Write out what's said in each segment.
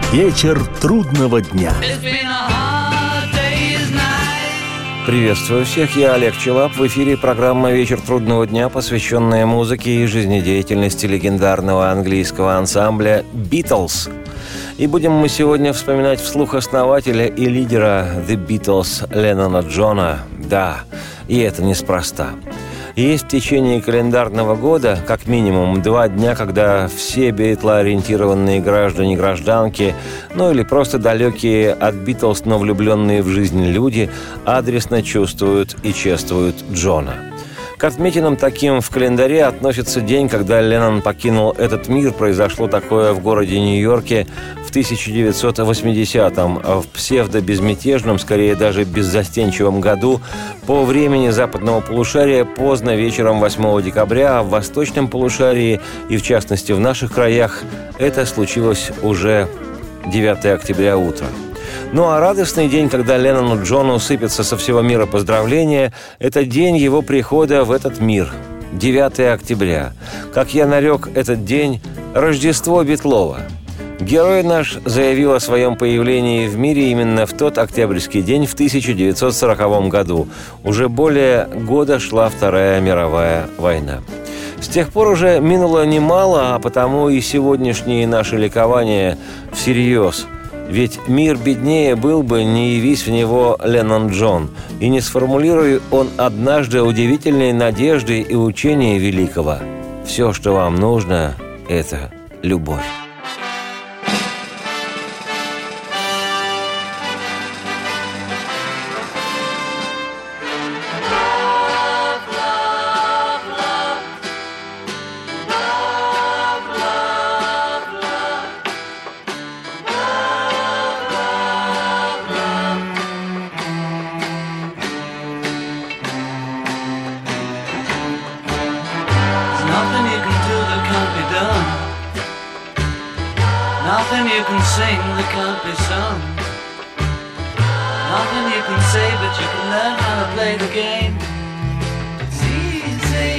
Вечер трудного дня. Приветствую всех, я Олег Челап. В эфире программа «Вечер трудного дня», посвященная музыке и жизнедеятельности легендарного английского ансамбля «Битлз». И будем мы сегодня вспоминать вслух основателя и лидера The Beatles Леннона Джона. Да, и это неспроста. Есть в течение календарного года как минимум 2 дня, когда все битлоориентированные граждане и гражданки, ну или просто далекие от Битлз, но влюбленные в жизнь люди, адресно чувствуют и чествуют Джона. К отметинам таким в календаре относится день, когда Леннон покинул этот мир. Произошло такое в городе Нью-Йорке в 1980-м, в псевдо-безмятежном, скорее даже беззастенчивом году, по времени западного полушария поздно вечером 8 декабря, а в восточном полушарии и, в частности, в наших краях, это случилось уже 9 октября утром. Ну а радостный день, когда Леннону Джону сыпятся со всего мира поздравления, это день его прихода в этот мир, 9 октября. Как я нарек этот день «Рождество Битлова». Герой наш заявил о своем появлении в мире именно в тот октябрьский день в 1940 году. Уже более года шла Вторая мировая война. С тех пор уже минуло немало, а потому и сегодняшние наши ликования всерьез. Ведь мир беднее был бы, не явись в него Леннон Джон, и не сформулируя он однажды удивительные надежды и учения великого. Все, что вам нужно, это любовь. Nothing you can sing that can't be sung. Nothing you can say, but you can learn how to play the game. It's easy.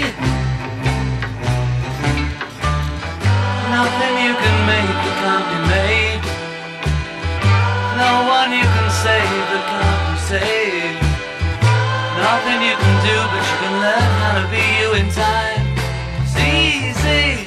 Nothing you can make that can't be made. No one you can save that can't be saved. Nothing you can do, but you can learn how to be you in time. It's easy.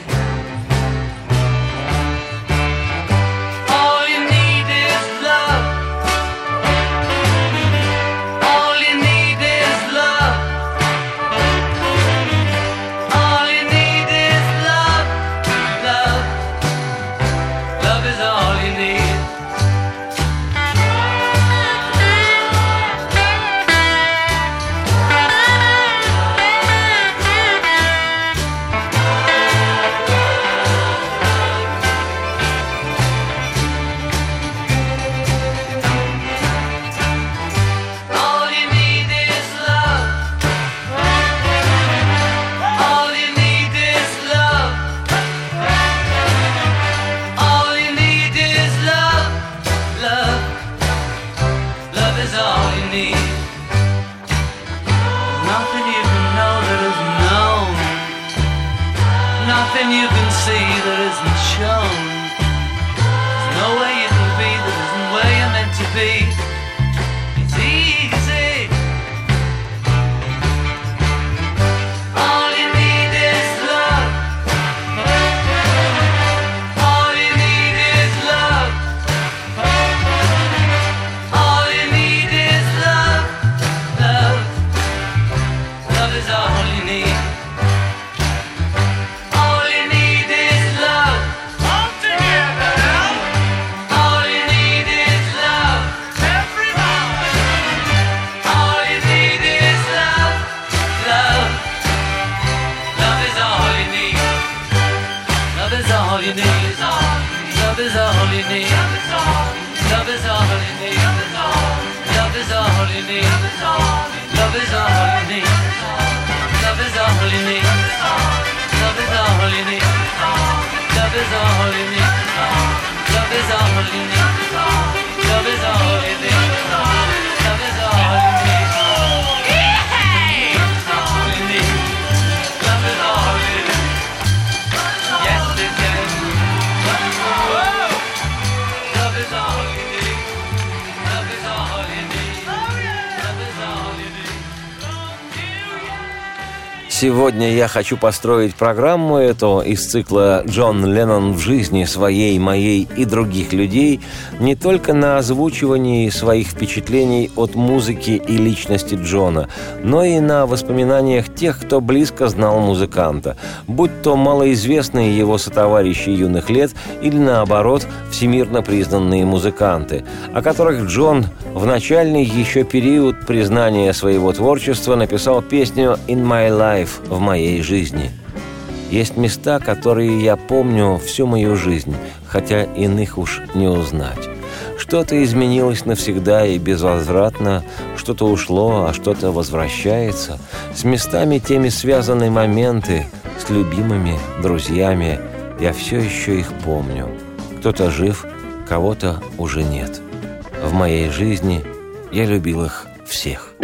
Сегодня я хочу построить программу эту из цикла «Джон Леннон в жизни своей, моей и других людей» не только на озвучивании своих впечатлений от музыки и личности Джона, но и на воспоминаниях тех, кто близко знал музыканта, будь то малоизвестные его сотоварищи юных лет или, наоборот, всемирно признанные музыканты, о которых Джон в начальный еще период признания своего творчества написал песню «In My Life» в моей жизни. Есть места, которые я помню всю мою жизнь, хотя иных уж не узнать. Что-то изменилось навсегда и безвозвратно, что-то ушло, а что-то возвращается. С местами теми связаны моменты, с любимыми, друзьями. Я все еще их помню. Кто-то жив, кого-то уже нет. В моей жизни я любил их всех.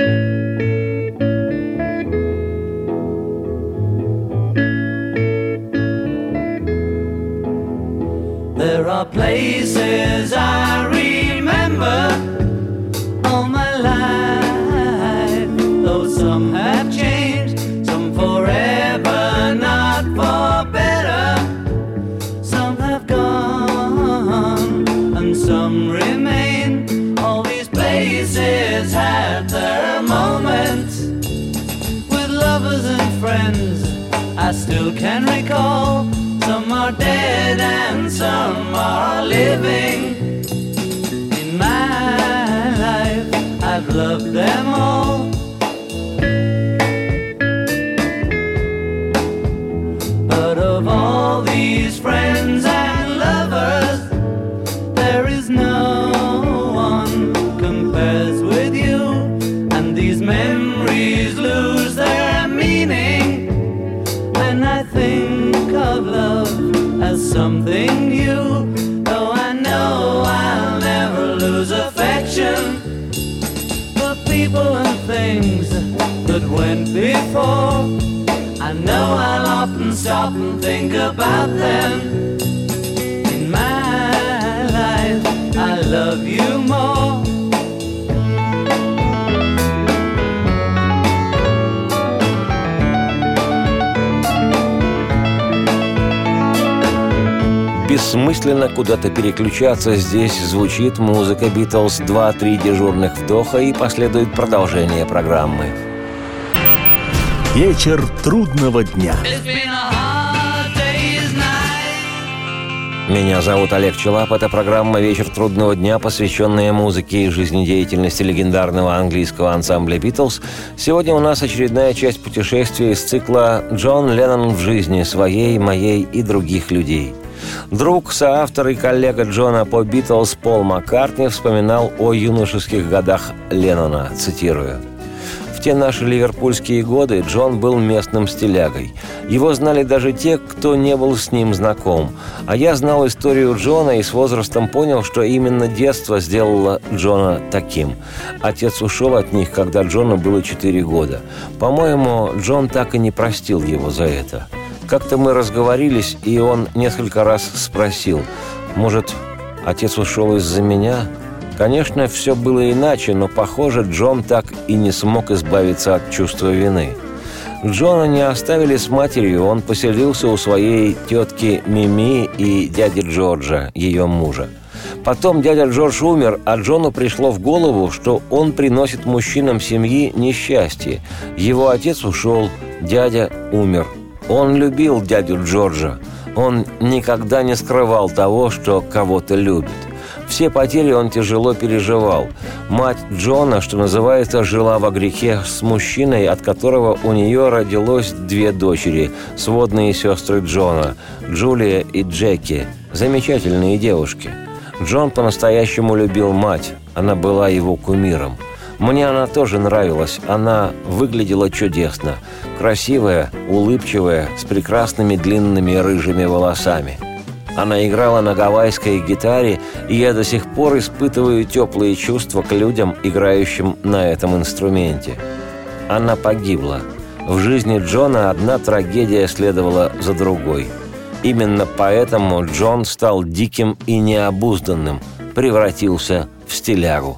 There are places I remember all my life, though some have changed, some forever, not for better. Some have gone and some remain. All these places had their moments with lovers and friends I still can recall. Some are dead and some are living. In my life, I've loved them all. But of all these friends and lovers, there is no one compares with you. And these memories lose their meaning when I think of love as something new. Though I know I'll never lose affection for people and things that went before. I know I'll often stop and think about them. In my life, I love you more. Бессмысленно куда-то переключаться, здесь звучит музыка «Битлз», 2-3 дежурных вдоха и последует продолжение программы. Вечер трудного дня. Меня зовут Олег Челап. Это программа «Вечер трудного дня», посвященная музыке и жизнедеятельности легендарного английского ансамбля «Битлз». Сегодня у нас очередная часть путешествия из цикла «Джон Леннон в жизни своей, моей и других людей». Друг, соавтор и коллега Джона по «Битлз» Пол Маккартни вспоминал о юношеских годах Леннона, цитирую: «В те наши ливерпульские годы Джон был местным стилягой. Его знали даже те, кто не был с ним знаком. А я знал историю Джона и с возрастом понял, что именно детство сделало Джона таким. Отец ушел от них, когда Джону было 4 года. По-моему, Джон так и не простил его за это. Как-то мы разговорились, и он несколько раз спросил: может, отец ушел из-за меня? Конечно, все было иначе, но, похоже, Джон так и не смог избавиться от чувства вины. Джона не оставили с матерью, он поселился у своей тетки Мими и дяди Джорджа, ее мужа. Потом дядя Джордж умер, а Джону пришло в голову, что он приносит мужчинам семьи несчастье. Его отец ушел, дядя умер. Он любил дядю Джорджа. Он никогда не скрывал того, что кого-то любит. Все потери он тяжело переживал. Мать Джона, что называется, жила во грехе с мужчиной, от которого у нее родилось 2 дочери, сводные сестры Джона, Джулия и Джеки, замечательные девушки. Джон по-настоящему любил мать, она была его кумиром. Мне она тоже нравилась, она выглядела чудесно. Красивая, улыбчивая, с прекрасными длинными рыжими волосами. Она играла на гавайской гитаре, и я до сих пор испытываю теплые чувства к людям, играющим на этом инструменте. Она погибла. В жизни Джона одна трагедия следовала за другой. Именно поэтому Джон стал диким и необузданным, превратился в стилягу.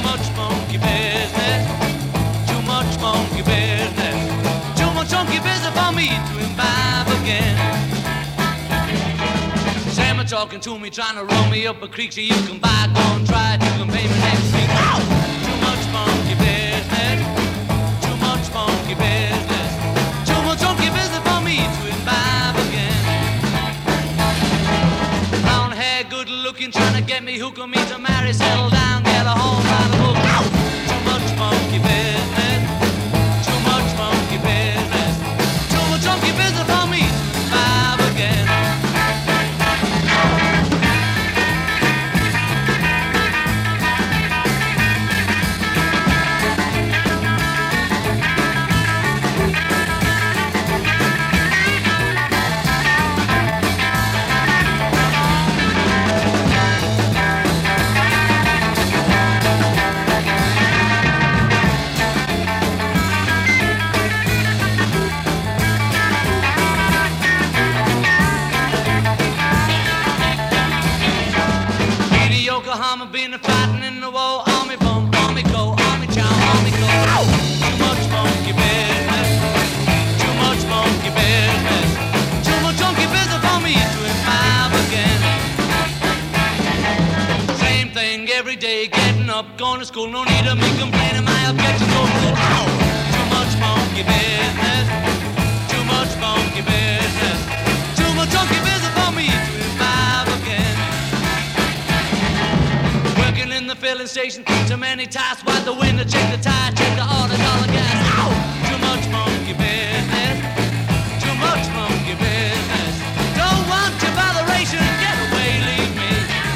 much monkey business, too much monkey business, too much monkey business for me to imbibe again. Sam talking to me, trying to roll me up a creek, so you can buy, go and try it, you can pay me next week. Too much monkey business, too much monkey business, too much monkey business for me to imbibe again. Brown hair, good looking, trying to get me, hooking me to marry, settle down, get a home by the hook. Too much monkey business, too much monkey business, too much monkey business for me to imbibe again. Yokohama, been a fighting in the war. Army bum, army go, army chow, army go. Too much monkey business, too much monkey business, too much monkey business for me to imbibe again. Same thing every day, getting up, going to school. No need of me complaining, my objections go full. Too much monkey business, too much monkey business, too much monkey business for me to imbibe again. Working in the filling station, too many tasks. Wipe the window, check the tire, check the order, dollar gas. Ow! Too much monkey business, too much monkey business. Don't want your botheration, get away, leave me.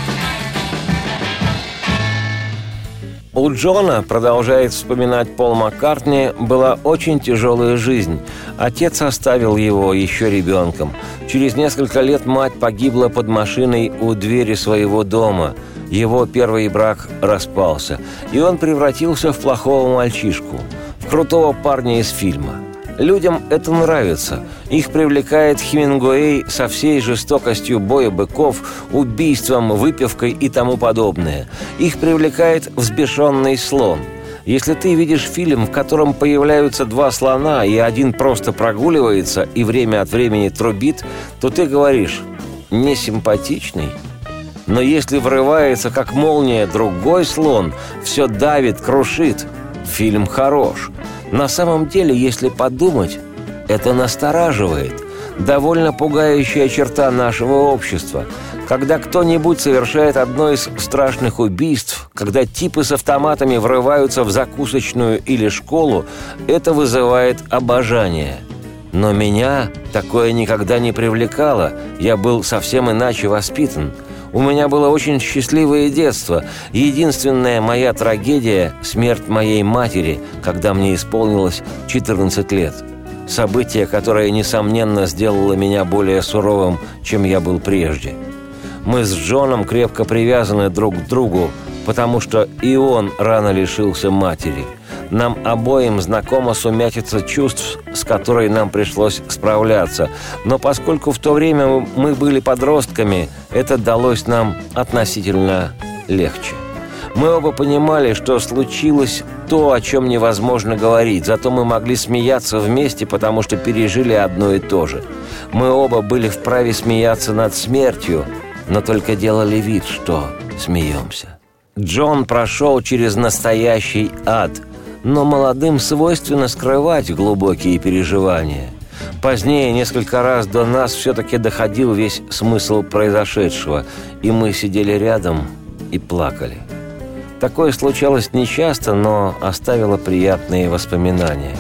У Джона, продолжает вспоминать Пол Маккартни, была очень тяжелая жизнь. Отец оставил его еще ребенком. Через несколько лет мать погибла под машиной у двери своего дома. Его первый брак распался, и он превратился в плохого мальчишку, в крутого парня из фильма. Людям это нравится. Их привлекает Хемингуэй со всей жестокостью боя быков, убийством, выпивкой и тому подобное. Их привлекает взбешенный слон. Если ты видишь фильм, в котором появляются два слона, и один просто прогуливается и время от времени трубит, то ты говоришь «несимпатичный». Но если врывается, как молния, другой слон, все давит, крушит, фильм хорош. На самом деле, если подумать, это настораживает. Довольно пугающая черта нашего общества. Когда кто-нибудь совершает одно из страшных убийств, когда типы с автоматами врываются в закусочную или школу, это вызывает обожание. Но меня такое никогда не привлекало, я был совсем иначе воспитан. У меня было очень счастливое детство. Единственная моя трагедия – смерть моей матери, когда мне исполнилось 14 лет. Событие, которое, несомненно, сделало меня более суровым, чем я был прежде. Мы с Джоном крепко привязаны друг к другу, потому что и он рано лишился матери. Нам обоим знакома сумятица чувств, с которой нам пришлось справляться. Но поскольку в то время мы были подростками, это далось нам относительно легче. Мы оба понимали, что случилось то, о чем невозможно говорить, зато мы могли смеяться вместе, потому что пережили одно и то же. Мы оба были вправе смеяться над смертью, но только делали вид, что смеемся. Джон прошел через настоящий ад, но молодым свойственно скрывать глубокие переживания. Позднее, несколько раз до нас, все-таки доходил весь смысл произошедшего, и мы сидели рядом и плакали. Такое случалось нечасто, но оставило приятные воспоминания.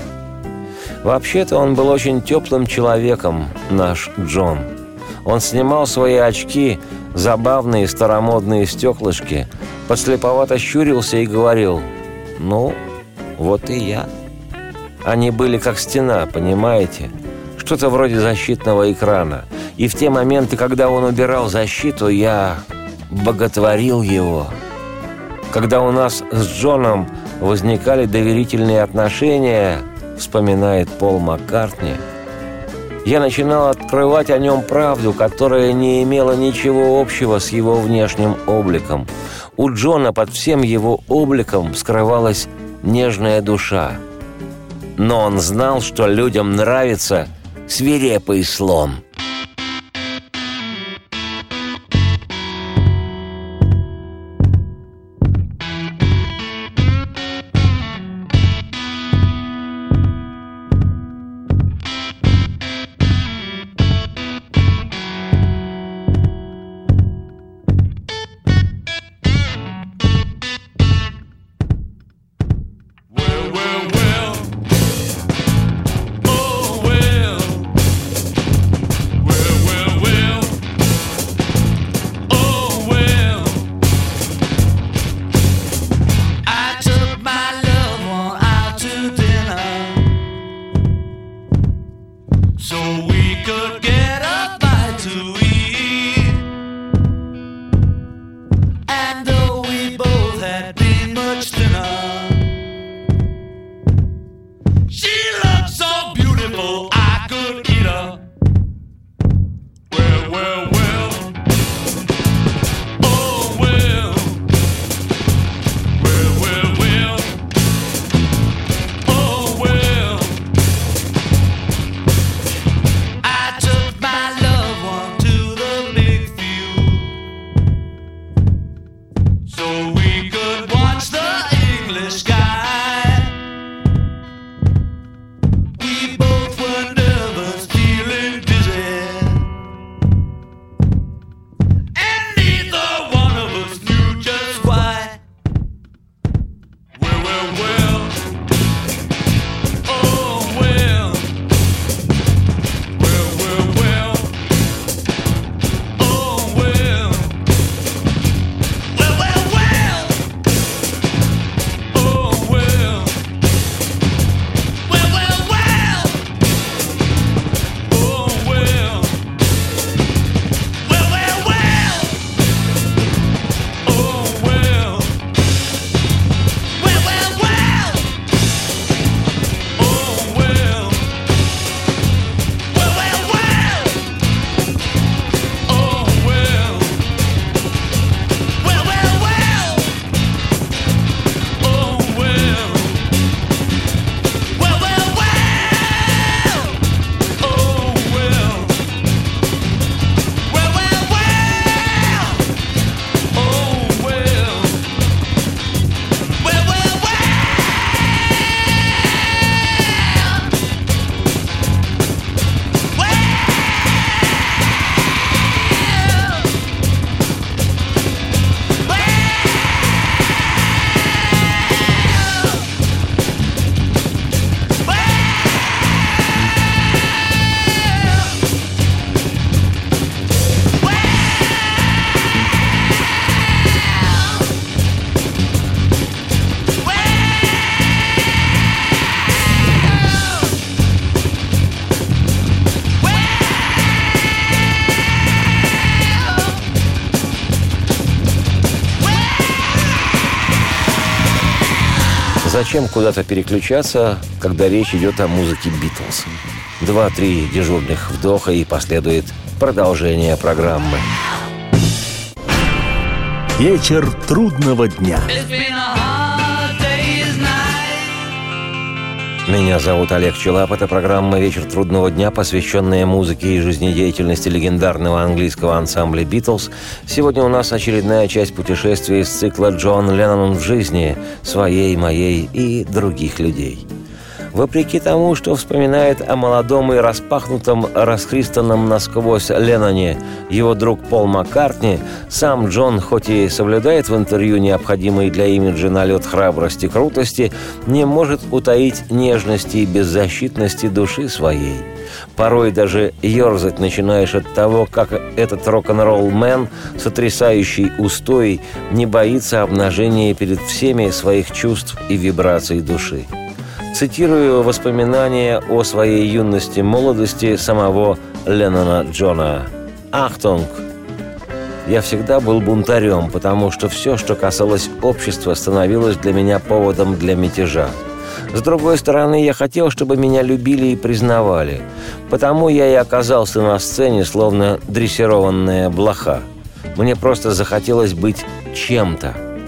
Вообще-то он был очень теплым человеком, наш Джон. Он снимал свои очки, забавные старомодные стеклышки, подслеповато щурился и говорил: «Ну, вот и я». Они были как стена, понимаете? Что-то вроде защитного экрана. И в те моменты, когда он убирал защиту, я боготворил его. Когда у нас с Джоном возникали доверительные отношения, вспоминает Пол Маккартни, я начинал открывать о нем правду, которая не имела ничего общего с его внешним обликом. У Джона под всем его обликом скрывалась нежная душа. Но он знал, что людям нравится свирепый слон. Зачем куда-то переключаться, когда речь идет о музыке Битлз? 2-3 дежурных вдоха, и последует продолжение программы. Вечер трудного дня. Меня зовут Олег Челап. Это программа «Вечер трудного дня», посвященная музыке и жизнедеятельности легендарного английского ансамбля «Битлз». Сегодня у нас очередная часть путешествия из цикла «Джон Леннон в жизни своей, моей и других людей». Вопреки тому, что вспоминает о молодом и распахнутом, расхристанном насквозь Ленноне его друг Пол Маккартни, сам Джон, хоть и соблюдает в интервью необходимый для имиджа налет храбрости и крутости, не может утаить нежности и беззащитности души своей. Порой даже ерзать начинаешь от того, как этот рок-н-ролл-мен, сотрясающий устои, не боится обнажения перед всеми своих чувств и вибраций души. Цитирую воспоминания о своей юности-молодости самого Леннона Джона. «Ахтунг! Я всегда был бунтарем, потому что все, что касалось общества, становилось для меня поводом для мятежа. С другой стороны, я хотел, чтобы меня любили и признавали. Потому я и оказался на сцене, словно дрессированная блоха. Мне просто захотелось быть чем-то.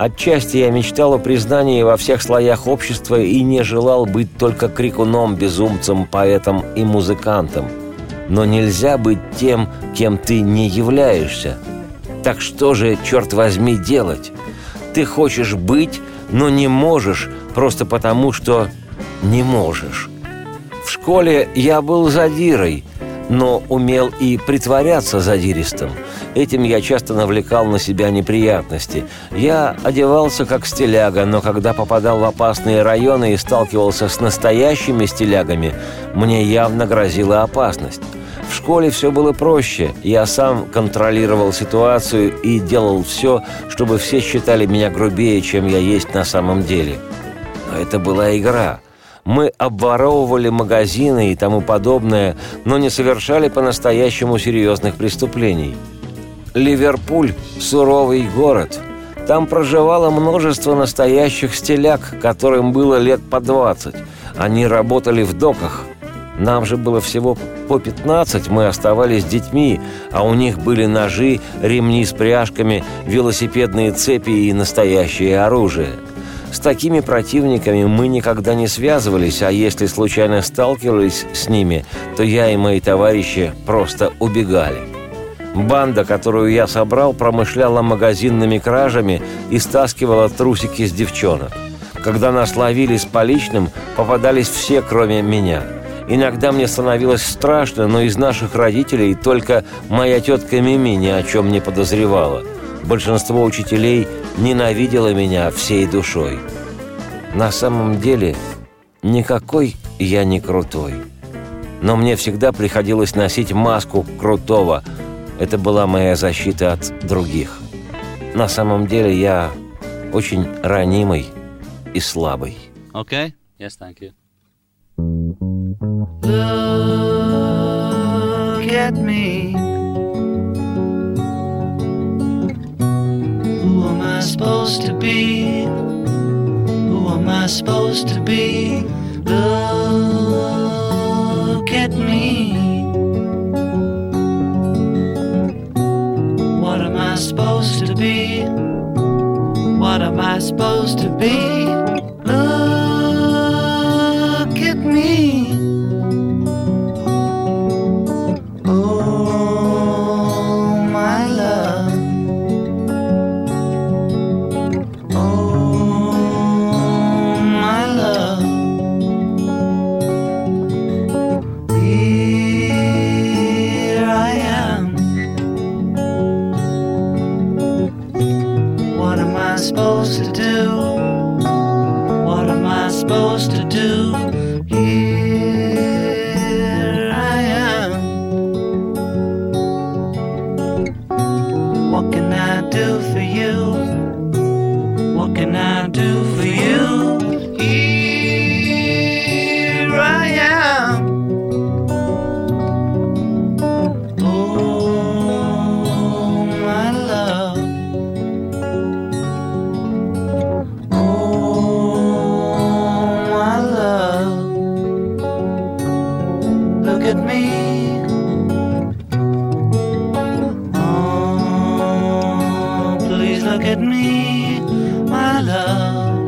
Отчасти я мечтал о признании во всех слоях общества и не желал быть только крикуном, безумцем, поэтом и музыкантом. Но нельзя быть тем, кем ты не являешься. Так что же, черт возьми, делать? Ты хочешь быть, но не можешь, просто потому, что не можешь. В школе я был задирой, но умел и притворяться задиристым. Этим я часто навлекал на себя неприятности. Я одевался как стиляга, но когда попадал в опасные районы и сталкивался с настоящими стилягами, мне явно грозила опасность. В школе все было проще. Я сам контролировал ситуацию и делал все, чтобы все считали меня грубее, чем я есть на самом деле. Но это была игра. Мы обворовывали магазины и тому подобное, но не совершали по-настоящему серьезных преступлений. Ливерпуль – суровый город. Там проживало множество настоящих стиляг, которым было лет по 20. Они работали в доках. Нам же было всего по 15, мы оставались детьми, а у них были ножи, ремни с пряжками, велосипедные цепи и настоящее оружие. С такими противниками мы никогда не связывались, а если случайно сталкивались с ними, то я и мои товарищи просто убегали. Банда, которую я собрал, промышляла магазинными кражами и стаскивала трусики с девчонок. Когда нас ловили с поличным, попадались все, кроме меня. Иногда мне становилось страшно, но из наших родителей только моя тетка Мими ни о чем не подозревала. Большинство учителей ненавидело меня всей душой. На самом деле, никакой я не крутой. Но мне всегда приходилось носить маску крутого. Это была моя защита от других. На самом деле, я очень ранимый и слабый. Okay? Yes, thank you. Look at me. Who am I supposed to be? Who am I supposed to be? Look at me. What am I supposed to be? What am I supposed to be? Look at me. Supposed to do? What am I supposed to do? Here I am. What can I do for you? What can I do for you? Here I am. Oh, my love. Look at me. Oh, please look at me, my love.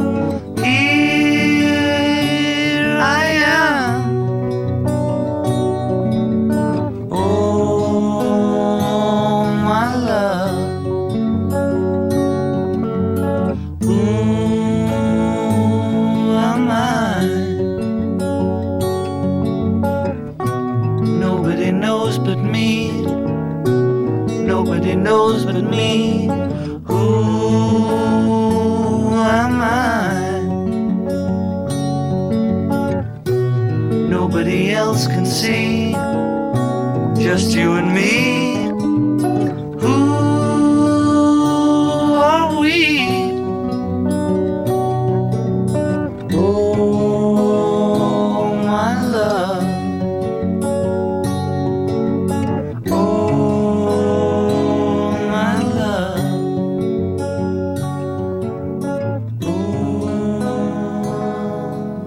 Here I am. Oh, my love. Who am I? Nobody knows but me. Nobody knows but me. Who am I? Nobody else can see. Just you and me. Who are we? Oh, my love. В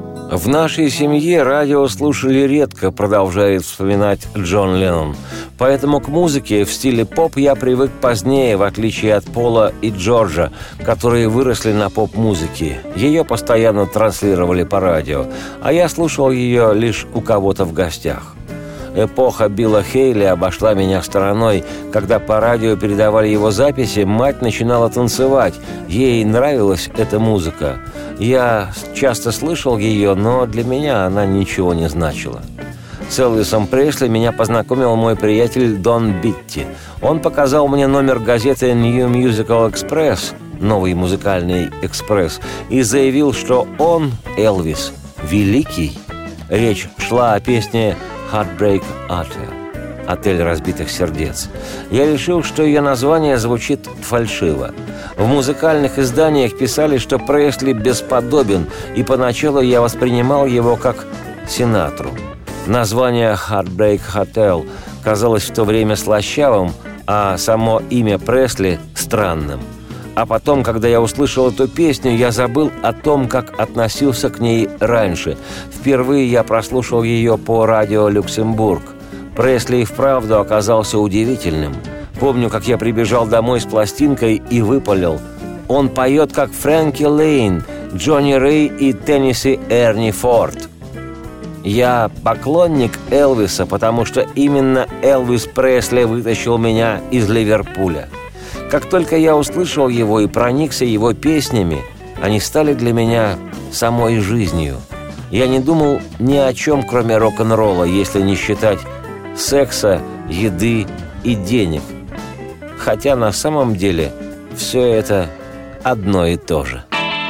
В нашей семье радио слушали редко, продолжает вспоминать Джон Леннон. Поэтому к музыке в стиле поп я привык позднее, в отличие от Пола и Джорджа, которые выросли на поп-музыке. Ее постоянно транслировали по радио, а я слушал ее лишь у кого-то в гостях. Эпоха Билла Хейли обошла меня стороной. Когда по радио передавали его записи, мать начинала танцевать. Ей нравилась эта музыка. Я часто слышал ее, но для меня она ничего не значила. С Элвисом Пресли меня познакомил мой приятель Дон Битти. Он показал мне номер газеты New Musical Express, новый музыкальный экспресс, и заявил, что он, Элвис, великий. Речь шла о песне «Heartbreak Hotel» – «Отель разбитых сердец». Я решил, что ее название звучит фальшиво. В музыкальных изданиях писали, что Пресли бесподобен, и поначалу я воспринимал его как Синатру. Название «Heartbreak Hotel» казалось в то время слащавым, а само имя Пресли – странным. А потом, когда я услышал эту песню, я забыл о том, как относился к ней раньше. Впервые я прослушал ее по радио «Люксембург». Пресли и вправду оказался удивительным. Помню, как я прибежал домой с пластинкой и выпалил: «Он поет, как Фрэнки Лейн, Джонни Рэй и Теннесси Эрни Форд». Я поклонник Элвиса, потому что именно Элвис Пресли вытащил меня из Ливерпуля. Как только я услышал его и проникся его песнями, они стали для меня самой жизнью. Я не думал ни о чем, кроме рок-н-ролла, если не считать секса, еды и денег. Хотя на самом деле все это одно и то же.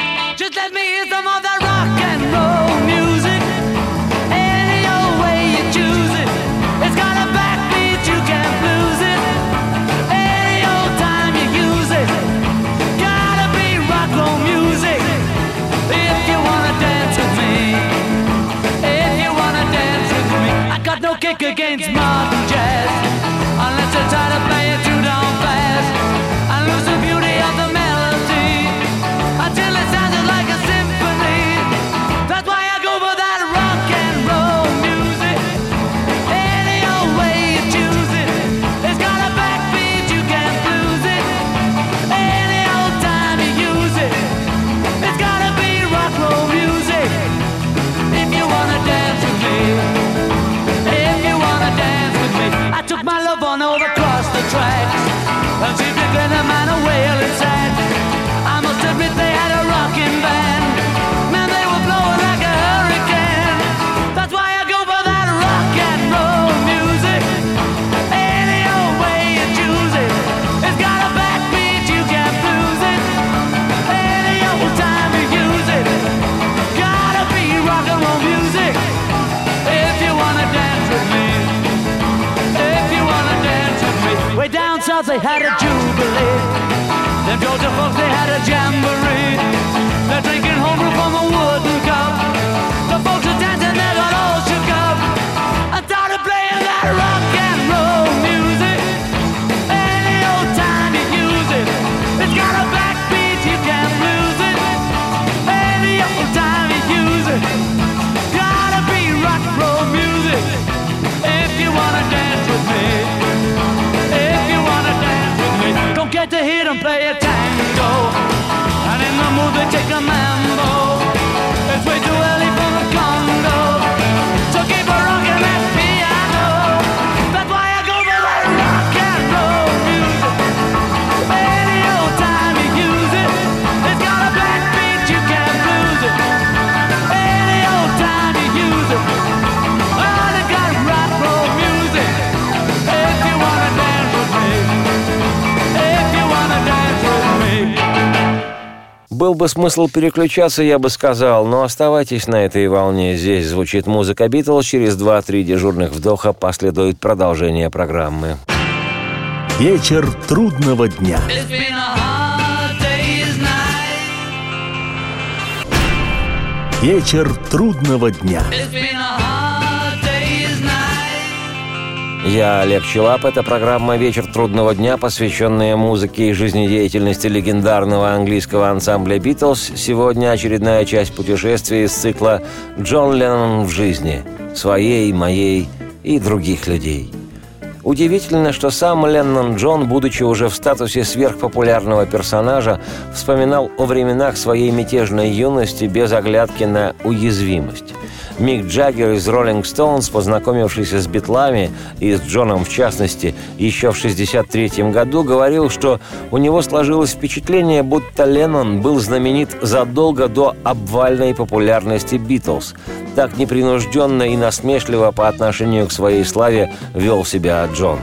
Against modern jazz, unless they try to play it too down fast and lose the beauty of the melody until it sounded like a symphony. That's why I go for that rock and roll music. Any old way you choose it, it's got a backbeat, you can't lose it. Any old time you use it, it's gotta be rock roll music. If you wanna dance with me, I took my love on over across the tracks and see if you get a man a whale inside. I must admit they had a rocking band. Man, they were blowing like a hurricane. That's why I go for that rock and roll music. Any old way you choose it, it's got a backbeat, you can't lose it. Any old time you use it, gotta be rock and roll music. If you wanna dance with me, way down south they had a jubilee. Them Georgia folks, they had a jamboree. They're drinking homebrew from a wooden cup. The folks are dancing, they got all shook up and started playing that rock and roll music. Any old time you use it, it's got a backbeat, you can't lose it. Any old time you use it, gotta be rock and roll music. If you wanna dance with me, don't get to hear them play a tango, and in the mood they take a mambo. It's way too early for the Congo, so keep a rockin' that piano. That's why I go for that rock and roll music. Any old time you use it, it's got a backbeat, you can't lose it. Any old time you use it, oh, they got rock roll music. If you wanna dance with me, Был бы смысл переключаться, я бы сказал, но оставайтесь на этой волне. Здесь звучит музыка Битлз. Через 2-3 дежурных вдоха последует продолжение программы. Вечер трудного дня. Вечер трудного дня. Я Олег Челап. Это программа «Вечер трудного дня», посвященная музыке и жизнедеятельности легендарного английского ансамбля «Битлз». Сегодня очередная часть путешествия из цикла «Джон Леннон в жизни» своей, моей и других людей. Удивительно, что сам Леннон Джон, будучи уже в статусе сверхпопулярного персонажа, вспоминал о временах своей мятежной юности без оглядки на уязвимость. Мик Джаггер из «Роллинг Стоунс», познакомившийся с Битлами и с Джоном в частности еще в 1963 году, говорил, что у него сложилось впечатление, будто Леннон был знаменит задолго до обвальной популярности Битлз. Так непринужденно и насмешливо по отношению к своей славе вел себя Джон.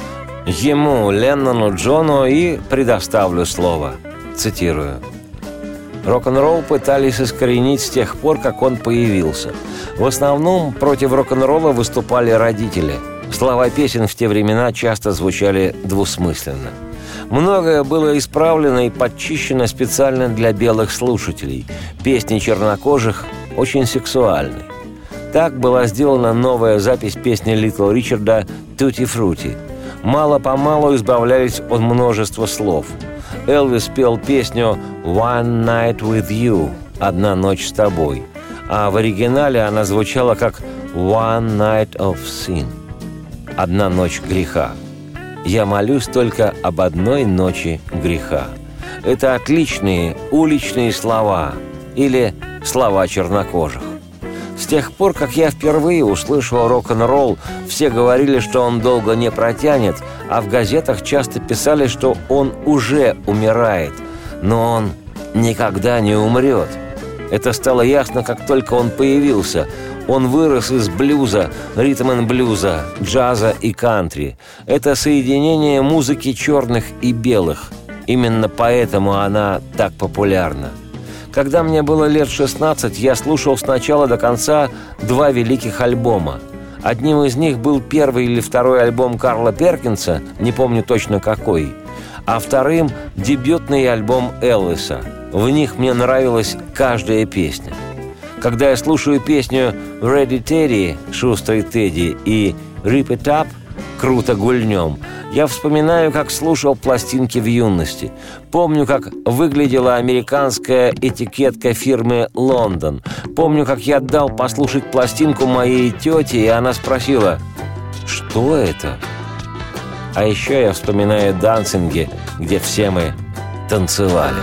Ему, Леннону Джону, и предоставлю слово. Цитирую. «Рок-н-ролл пытались искоренить с тех пор, как он появился. В основном против рок-н-ролла выступали родители. Слова песен в те времена часто звучали двусмысленно. Многое было исправлено и подчищено специально для белых слушателей. Песни чернокожих очень сексуальны. Так была сделана новая запись песни Литл Ричарда «Тутти Фрути». Мало-помалу избавлялись от множества слов. Элвис пел песню «One Night with You» – «Одна ночь с тобой», а в оригинале она звучала как «One Night of Sin» – «Одна ночь греха». «Я молюсь только об одной ночи греха». Это отличные уличные слова или слова чернокожих. С тех пор, как я впервые услышал рок-н-ролл, все говорили, что он долго не протянет, а в газетах часто писали, что он уже умирает, но он никогда не умрет. Это стало ясно, как только он появился. Он вырос из блюза, ритм-н-блюза, джаза и кантри. Это соединение музыки черных и белых. Именно поэтому она так популярна. Когда мне было лет 16, я слушал с начала до конца 2 великих альбома. Одним из них был первый или второй альбом Карла Перкинса, не помню точно какой, а вторым – дебютный альбом Элвиса. В них мне нравилась каждая песня. Когда я слушаю песню «Ready Teddy» «Шустрый Тедди» и «Rip It Up» «Круто гульнем», я вспоминаю, как слушал пластинки в юности. Помню, как выглядела американская этикетка фирмы «Лондон». Помню, как я дал послушать пластинку моей тете, и она спросила: «Что это?» А еще я вспоминаю дансинги, где все мы танцевали.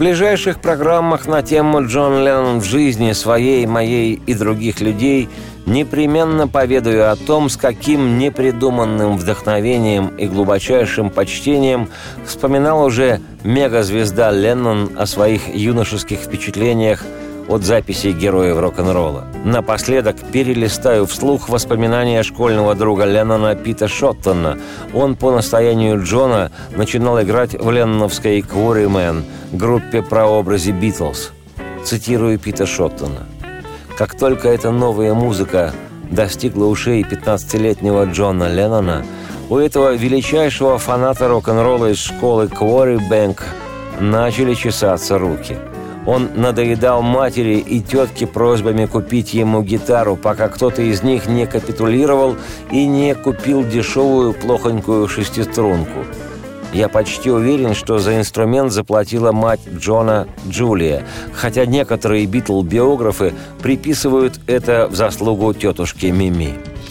ближайших программах на тему «Джон Леннон в жизни своей, моей и других людей» непременно поведаю о том, с каким непридуманным вдохновением и глубочайшим почтением вспоминал уже мегазвезда Леннон о своих юношеских впечатлениях от записей героев рок-н-ролла. Напоследок перелистаю вслух воспоминания школьного друга Леннона Пита Шоттона. Он по настоянию Джона начинал играть в ленноновской «Quarrymen», группе прообразе «Битлз». Цитирую Пита Шоттона. «Как только эта новая музыка достигла ушей 15-летнего Джона Леннона, у этого величайшего фаната рок-н-ролла из школы Quarrybank начали чесаться руки. Он надоедал матери и тетке просьбами купить ему гитару, пока кто-то из них не капитулировал и не купил дешевую плохонькую шестиструнку. Я почти уверен, что за инструмент заплатила мать Джона Джулия, хотя некоторые битл-биографы приписывают это в заслугу тетушки Мими.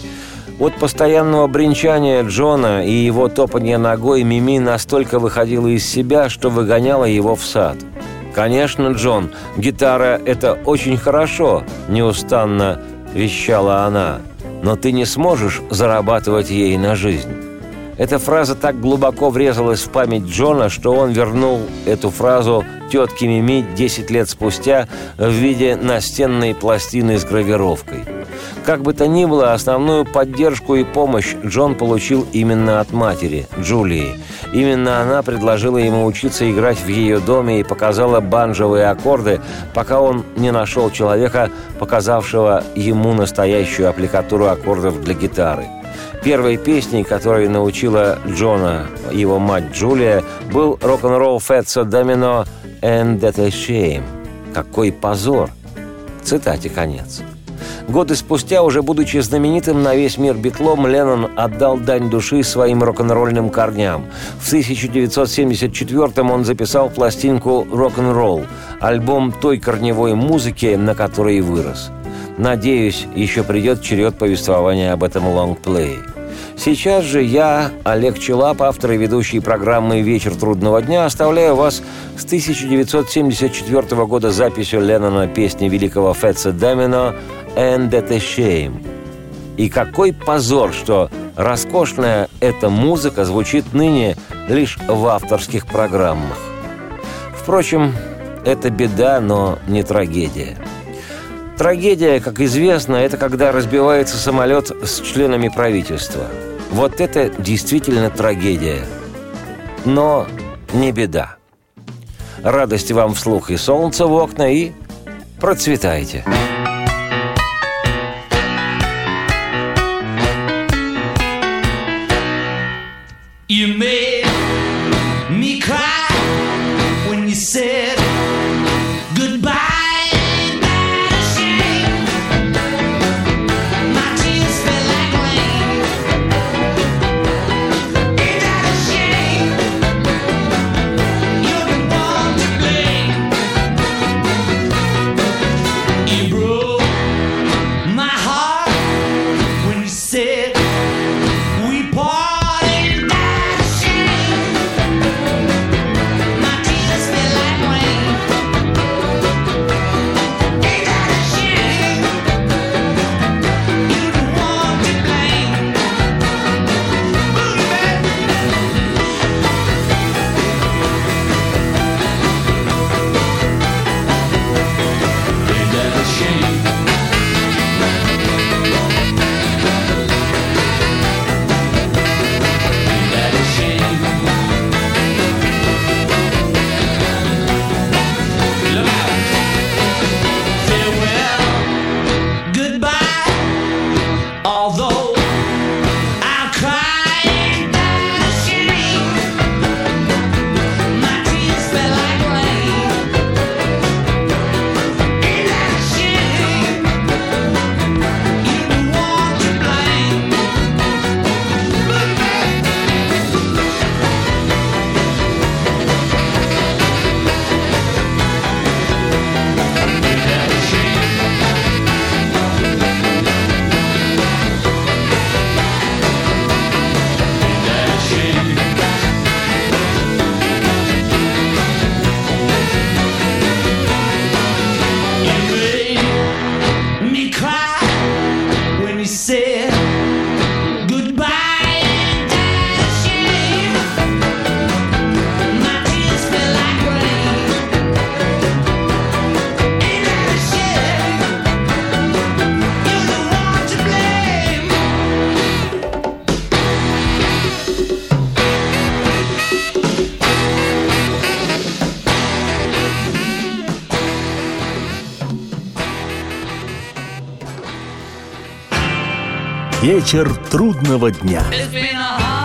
От постоянного бренчания Джона и его топанья ногой Мими настолько выходила из себя, что выгоняла его в сад. «Конечно, Джон, гитара – это очень хорошо», – неустанно вещала она, «но ты не сможешь зарабатывать ей на жизнь». Эта фраза так глубоко врезалась в память Джона, что он вернул эту фразу тетке Мими 10 лет спустя в виде настенной пластины с гравировкой. Как бы то ни было, основную поддержку и помощь Джон получил именно от матери, Джулии. Именно она предложила ему учиться играть в ее доме и показала банджовые аккорды, пока он не нашел человека, показавшего ему настоящую аппликатуру аккордов для гитары. Первой песней, которой научила Джона его мать Джулия, был рок-н-ролл Фэтса Домино «And That a Shame». «Какой позор!» Цитате конец. Годы спустя, уже будучи знаменитым на весь мир битлом, Леннон отдал дань души своим рок-н-ролльным корням. В 1974-м он записал пластинку «Рок-н-ролл», альбом той корневой музыки, на которой вырос. Надеюсь, еще придет черед повествования об этом лонгплее. Сейчас же я, Олег Челап, автор и ведущий программы «Вечер трудного дня», оставляю вас с 1974 года записью Леннона песни великого Фэтса Домино «And That a Shame». И какой позор, что роскошная эта музыка звучит ныне лишь в авторских программах. Впрочем, это беда, но не трагедия. Трагедия, как известно, это когда разбивается самолет с членами правительства. Вот это действительно трагедия. Но не беда. Радости вам вслух и солнца в окна, и процветайте. You made me cry when you said goodbye. Bro Вечер трудного дня. It's been a hard